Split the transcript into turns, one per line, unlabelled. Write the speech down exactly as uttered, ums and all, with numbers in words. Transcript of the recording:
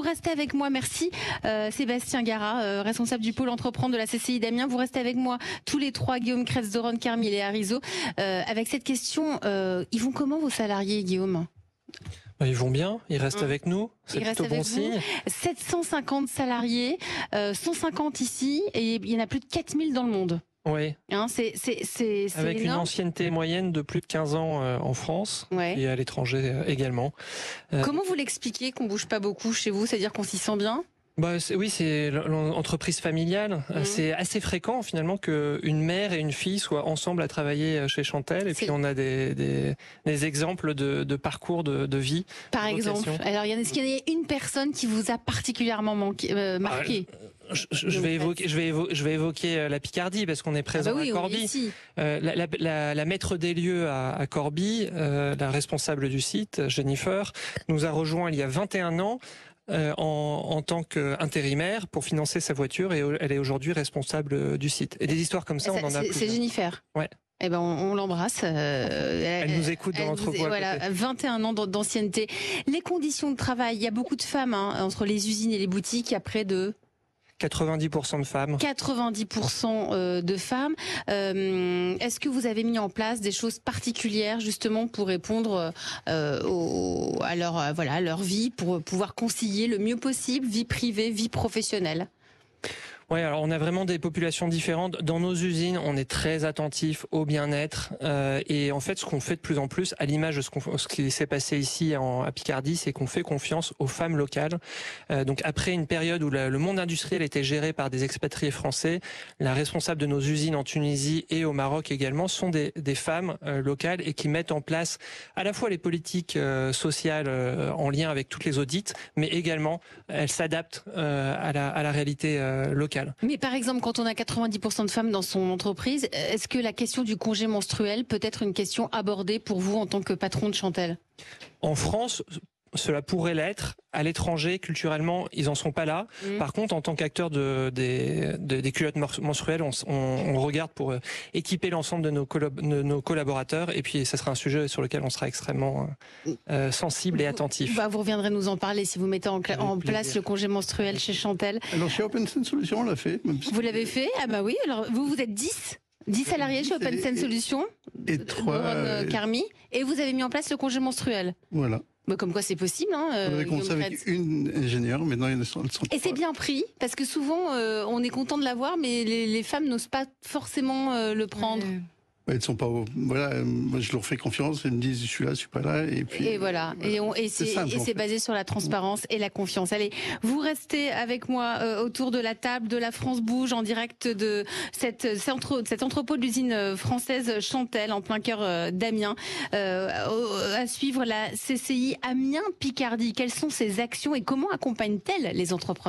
restez avec moi, merci euh, Sébastien Gara, euh, responsable du pôle entreprendre de la C C I d'Amiens. Vous restez avec moi tous les trois, Guillaume Kretz, Doron Carmil et Arizo, euh, avec cette question, euh, ils vont comment vos salariés, Guillaume ?
Ils vont bien, ils restent mmh. avec nous, c'est plutôt bon signe.
sept cent cinquante salariés, euh, cent cinquante ici, et il y en a plus de quatre mille dans le monde.
Oui.
Hein, c'est, c'est, c'est, c'est
Avec
énorme.
Une ancienneté moyenne de plus de quinze ans euh, en France, ouais. et à l'étranger euh, également.
Euh, Comment vous l'expliquez qu'on bouge pas beaucoup chez vous, c'est-à-dire qu'on s'y sent bien ?
Bah, c'est, oui, c'est l'entreprise familiale. Mmh. C'est assez fréquent finalement qu'une mère et une fille soient ensemble à travailler chez Chantel. Et puis on a des, des, des exemples de, de parcours de, de vie.
Par exemple. Alors, est-ce qu'il y a une personne qui vous a particulièrement manqué, euh, marqué ?
Ah, Je, je, vais évoquer, je, vais évoquer, je vais évoquer la Picardie parce qu'on est présent ah bah oui, à Corbie. Euh, la, la, la, la maître des lieux à, à Corbie, euh, la responsable du site, Jennifer, nous a rejoint il y a vingt et un ans. Euh, en, en tant qu'intérimaire pour financer sa voiture et elle est aujourd'hui responsable du site. Et des histoires comme ça, ça on en a plus.
C'est Jennifer.
Ouais.
Eh ben, on, on l'embrasse. Euh,
elle, elle nous écoute dans notre voix.
Voilà, vingt et un ans d'ancienneté. Les conditions de travail, il y a beaucoup de femmes hein, entre les usines et les boutiques. Il y a près de
quatre-vingt-dix pour cent de femmes.
quatre-vingt-dix pour cent de femmes. Euh, Est-ce que vous avez mis en place des choses particulières justement pour répondre euh, au, à leur euh, voilà à leur vie, pour pouvoir concilier le mieux possible vie privée, vie professionnelle?
Oui, alors on a vraiment des populations différentes. Dans nos usines, on est très attentif au bien-être. Euh, et en fait, ce qu'on fait de plus en plus, à l'image de ce, qu'on, ce qui s'est passé ici en, à Picardie, c'est qu'on fait confiance aux femmes locales. Euh, donc après une période où la, le monde industriel était géré par des expatriés français, la responsable de nos usines en Tunisie et au Maroc également sont des, des femmes euh, locales et qui mettent en place à la fois les politiques euh, sociales euh, en lien avec toutes les audits, mais également elles s'adaptent euh, à, la, à la réalité euh, locale.
Mais par exemple, quand on a quatre-vingt-dix pour cent de femmes dans son entreprise, est-ce que la question du congé menstruel peut être une question abordée pour vous en tant que patron de Chantel ?
En France, cela pourrait l'être. À l'étranger, culturellement, ils en sont pas là. Mmh. Par contre, en tant qu'acteur de, des, de, des culottes menstruelles, on, on, on regarde pour équiper l'ensemble de nos, collab, de nos collaborateurs. Et puis, ça sera un sujet sur lequel on sera extrêmement euh, sensible et attentif.
Bah, vous reviendrez nous en parler si vous mettez en, en place le congé menstruel chez Chantel.
Alors, chez Open Sense Solutions, on l'a fait.
Vous l'avez fait ? Ah bah oui. Alors, vous, vous êtes dix dix salariés chez Open Sense Solutions.
Et trois.
Euh, Carmi. Et vous avez mis en place le congé menstruel.
Voilà.
Bah comme quoi c'est possible. Hein,
on avait commencé avec une ingénieure, maintenant ils sont, ils sont
Et c'est bien pris, parce que souvent euh, on est content de l'avoir, mais les, les femmes n'osent pas forcément euh, le prendre.
Mmh. Elles sont pas. Voilà, moi je leur fais confiance, elles me disent je suis là, je suis pas là, et puis.
Et voilà, voilà. et, on, et c'est, simple, et c'est basé sur la transparence et la confiance. Allez, vous restez avec moi euh, autour de la table de La France Bouge en direct de cette, cet entrepôt de l'usine française Chantel en plein cœur euh, d'Amiens. Euh, à suivre la C C I Amiens Picardie. Quelles sont ses actions et comment accompagne-t-elle les entrepreneurs ?